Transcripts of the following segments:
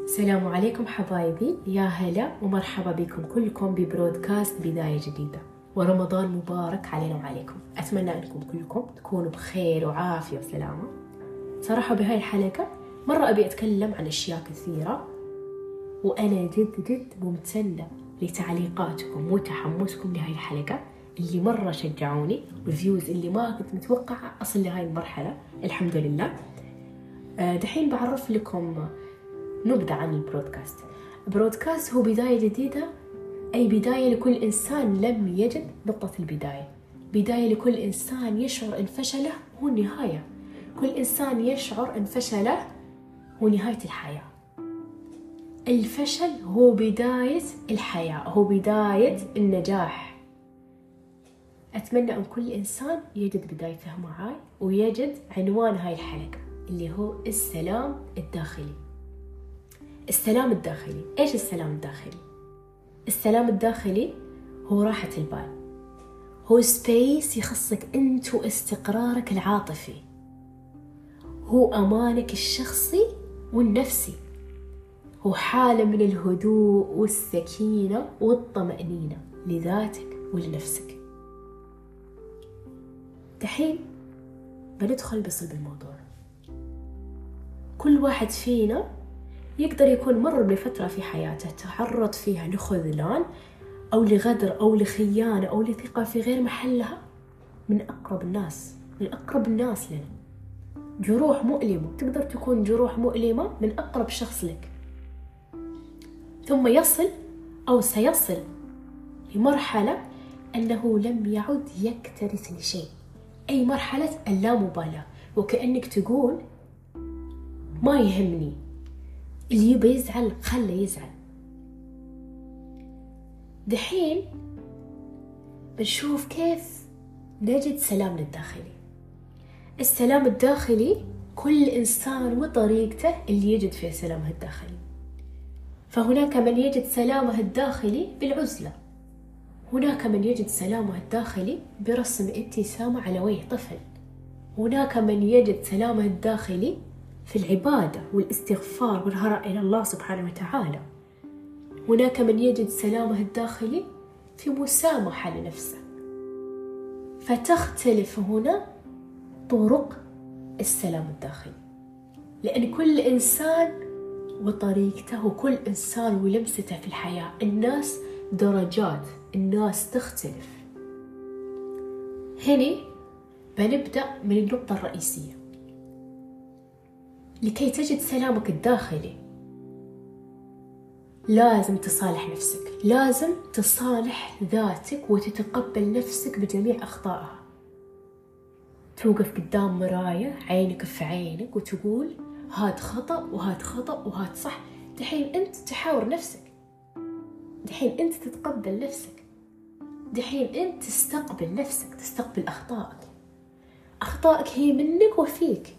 السلام عليكم حبايبي، يا هلا ومرحبا بكم كلكم ببرودكاست بداية جديدة، ورمضان مبارك علينا وعليكم. أتمنى أنكم كلكم تكونوا بخير وعافية وسلامة. صراحة بهاي الحلقة مرة أبي أتكلم عن أشياء كثيرة، وأنا جد ممتنة لتعليقاتكم وتحمسكم لهاي الحلقة اللي مرة شجعوني، والفيوز اللي ما كنت متوقعة أصل لهاي المرحلة. الحمد لله. دحين بعرف لكم نبذة عن البرودكاست. البرودكاست هو بداية جديدة، أي بداية لكل إنسان لم يجد نقطة البداية، بداية لكل إنسان يشعر أن فشله هو النهاية، كل إنسان يشعر أن فشله هو نهاية الحياة. الفشل هو بداية الحياة، هو بداية النجاح. أتمنى أن كل إنسان يجد بدايته معاي ويجد عنوان هاي الحلقة اللي هو السلام الداخلي. السلام الداخلي، إيش السلام الداخلي؟ السلام الداخلي هو راحة البال، هو سبيس يخصك أنت واستقرارك العاطفي، هو أمانك الشخصي والنفسي، هو حالة من الهدوء والسكينة والطمأنينة لذاتك ولنفسك. دحين بندخل بصلب الموضوع. كل واحد فينا يقدر يكون مر بفترة في حياته تعرض فيها لخذلان أو لغدر أو لخيانة أو لثقة في غير محلها من أقرب الناس، من أقرب الناس لنا. جروح مؤلمة، تقدر تكون جروح مؤلمة من أقرب شخص لك، ثم يصل أو سيصل لمرحلة أنه لم يعد يكترث لشيء، أي مرحلة اللامبالاة، وكأنك تقول ما يهمني، اللي يبي يزعل خله يزعل. دحين بنشوف كيف نجد سلامنا الداخلي. السلام الداخلي كل إنسان وطريقته اللي يجد فيه سلامه الداخلي. فهناك من يجد سلامه الداخلي بالعزلة، هناك من يجد سلامه الداخلي برسم ابتسامة على وجه طفل، هناك من يجد سلامه الداخلي في العبادة والاستغفار والهراء إلى الله سبحانه وتعالى، هناك من يجد سلامه الداخلي في مسامحة لنفسه. فتختلف هنا طرق السلام الداخلي، لأن كل إنسان وطريقته وكل إنسان ولمسته في الحياة. الناس درجات، الناس تختلف. هنا بنبدأ من النقطة الرئيسية. لكي تجد سلامك الداخلي لازم تصالح نفسك، لازم تصالح ذاتك وتتقبل نفسك بجميع أخطائها. توقف قدام مراية عينك في عينك وتقول هاد خطأ وهاد خطأ وهاد صح. دحين أنت تحاور نفسك، دحين أنت تتقبل نفسك، دحين أنت تستقبل نفسك، تستقبل أخطائك. أخطائك هي منك وفيك.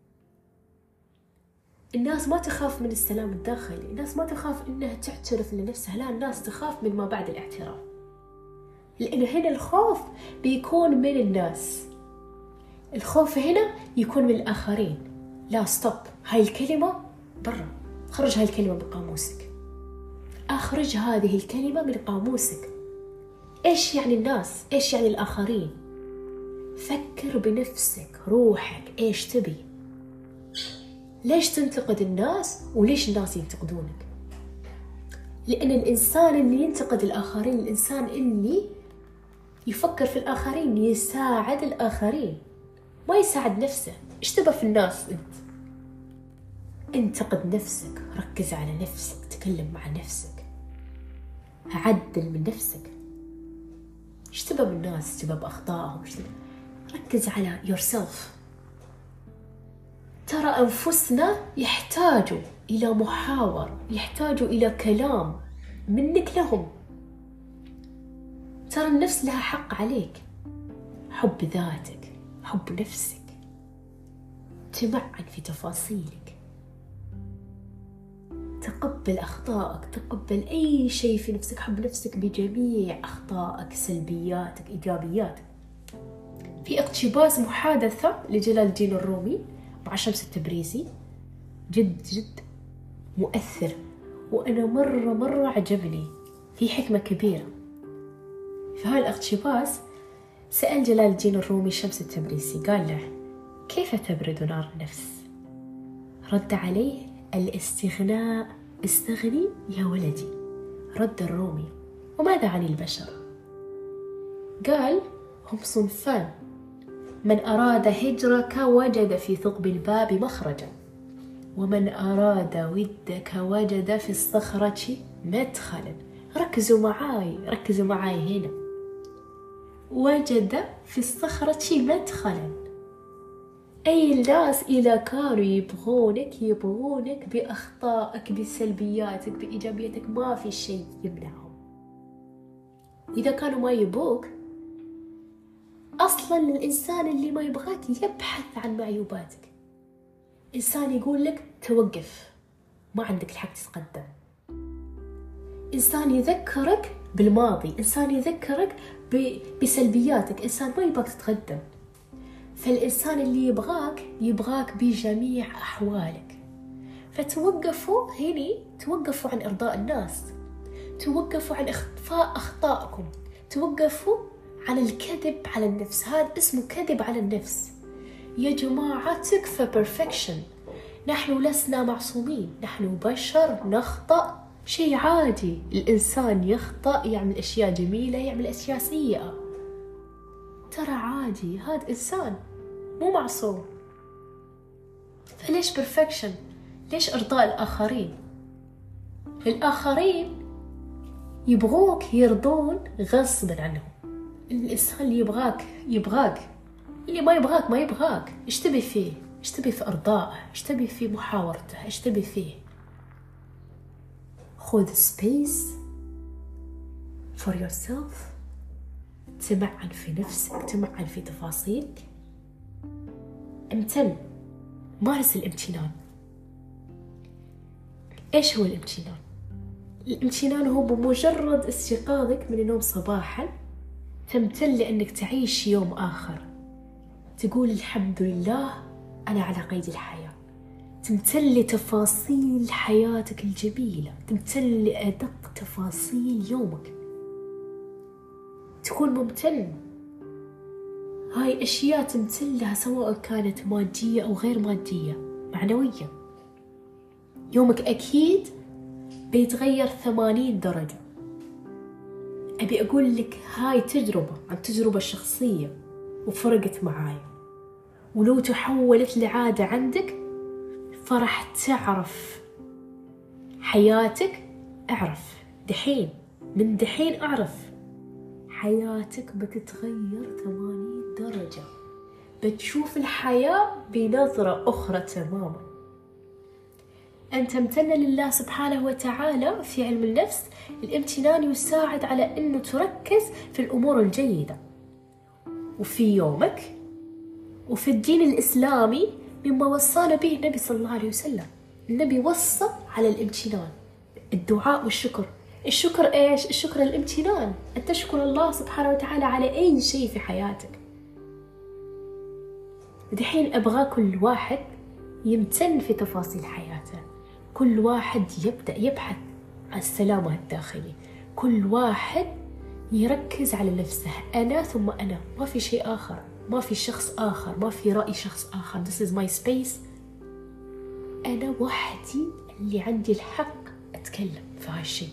الناس ما تخاف من السلام الداخلي، الناس ما تخاف إنها تعترف لنفسها، لا، الناس تخاف من ما بعد الاعتراف، لأن هنا الخوف بيكون من الناس، الخوف هنا يكون من الآخرين. لا، ستوب، هاي الكلمة برا، خرج هاي الكلمة من قاموسك، أخرج هذه الكلمة من قاموسك. إيش يعني الناس؟ إيش يعني الآخرين؟ فكر بنفسك، روحك، إيش تبي؟ ليش تنتقد الناس وليش الناس ينتقدونك؟ لأن الإنسان اللي ينتقد الآخرين، الإنسان اللي يفكر في الآخرين يساعد الآخرين، ما يساعد نفسه. إيش تبى في الناس أنت؟ انتقد نفسك، ركز على نفسك، تكلم مع نفسك، عدل من نفسك. إيش تبى من الناس؟ تبى بأخطائهم؟ ركز على yourself. ترى أنفسنا يحتاجوا إلى محاور، يحتاجوا إلى كلام منك لهم. ترى النفس لها حق عليك، حب ذاتك، حب نفسك، تمعن في تفاصيلك، تقبل أخطائك، تقبل أي شيء في نفسك، حب نفسك بجميع أخطائك، سلبياتك، إيجابياتك. في اقتباس محادثة لجلال الدين الرومي مع شمس التبريزي جد مؤثر، وأنا مرة عجبني، في حكمة كبيرة. في هذا الاقتباس سأل جلال الدين الرومي شمس التبريزي، قال له: كيف تبرد نار النفس؟ رد عليه: الاستغناء. استغني يا ولدي. رد الرومي: وماذا عن البشر؟ قال: هم صنفان، من أراد هجرك وجد في ثقب الباب مخرجا، ومن أراد ودك وجد في الصخرة مدخلا. ركزوا معاي هنا. وجد في الصخرة مدخلا، أي الناس إذا كانوا يبغونك بأخطائك، بسلبياتك، بإيجابياتك، ما في شيء يمنعهم. وإذا كانوا ما يبوك، أصلا الإنسان اللي ما يبغاك يبحث عن معيوباتك. إنسان يقول لك توقف، ما عندك الحق تتقدم. إنسان يذكرك بالماضي، إنسان يذكرك بسلبياتك، إنسان ما يبغاك تتقدم. فالإنسان اللي يبغاك بجميع أحوالك. فتوقفوا هنا، توقفوا عن إرضاء الناس، توقفوا عن إخفاء أخطائكم، توقفوا عن الكذب على النفس. هذا اسمه كذب على النفس يا جماعة. تكفى perfection. نحن لسنا معصومين، نحن بشر نخطأ، شيء عادي. الإنسان يخطأ، يعمل أشياء جميلة، يعمل أشياء سيئة، ترى عادي. هذا إنسان مو معصوم. فليش perfection؟ ليش إرضاء الآخرين؟ الآخرين يبغوك يرضون غصبا عنهم. الإنسان اللي يبغاك، اللي ما يبغاك. إيش تبي فيه؟ إيش تبي في إرضائه؟ إيش تبي في محاورته؟ إيش تبي فيه؟ خذ space for yourself. تمعن في نفسك، تمعن في تفاصيلك، امتن. مارس الامتنان. إيش هو الامتنان؟ الامتنان هو بمجرد استيقاظك من النوم صباحا تمتن لأنك تعيش يوم آخر، تقول الحمد لله أنا على قيد الحياة. تمتن لتفاصيل حياتك الجميلة، تمتن لأدق تفاصيل يومك، تكون ممتن. هاي أشياء تمتن لها، سواء كانت مادية أو غير مادية، معنوية. يومك أكيد بيتغير 80 درجة. أبي أقول لك هاي تجربة عن تجربة شخصية وفرقت معاي، ولو تحولت لعادة عندك فرح تعرف حياتك. اعرف دحين، من دحين اعرف حياتك بتتغير 80 درجة. بتشوف الحياة بنظرة أخرى تماما. أن تمتن لله سبحانه وتعالى في علم النفس. الامتنان يساعد على أنه تركز في الأمور الجيدة، وفي يومك، وفي الدين الإسلامي مما وصانا به النبي صلى الله عليه وسلم. النبي وصى على الامتنان، الدعاء والشكر. الشكر إيش؟ الشكر الامتنان، أن تشكر الله سبحانه وتعالى على أي شيء في حياتك. دحين أبغى كل واحد يمتن في تفاصيل حياته، كل واحد يبدأ يبحث عن السلامة الداخلي، كل واحد يركز على نفسه. أنا ثم أنا، ما في شيء آخر، ما في شخص آخر، ما في رأي شخص آخر. This is my space. أنا وحدي اللي عندي الحق أتكلم في هالشيء.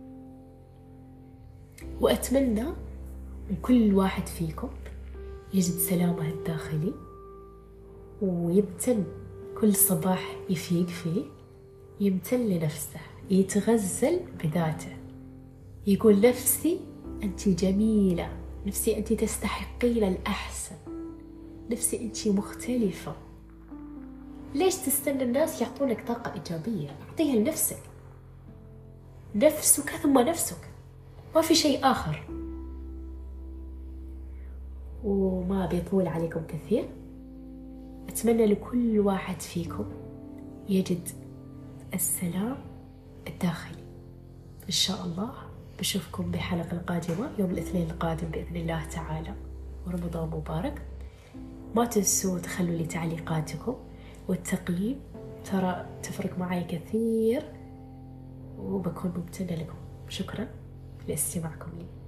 وأتمنى من كل واحد فيكم يجد سلامه الداخلي، ويمتن كل صباح يفيق فيه، يمتن لنفسه، يتغزل بذاته، يقول نفسي أنت جميلة، نفسي أنت تستحقين الأحسن، نفسي أنت مختلفة. ليش تستنى الناس يعطونك طاقة إيجابية؟ أعطيها لنفسك، نفسك ثم نفسك، ما في شيء آخر. وما بيطول عليكم كثير، أتمنى لكل واحد فيكم يجد السلام الداخلي. إن شاء الله بشوفكم بحلقة القادمة يوم الاثنين القادم بإذن الله تعالى، ورمضان مبارك. ما تنسوا تخلوا لي تعليقاتكم والتقييم ترى تفرق معي كثير وبكون ممتنة لكم. شكرا لاستماعكم لي.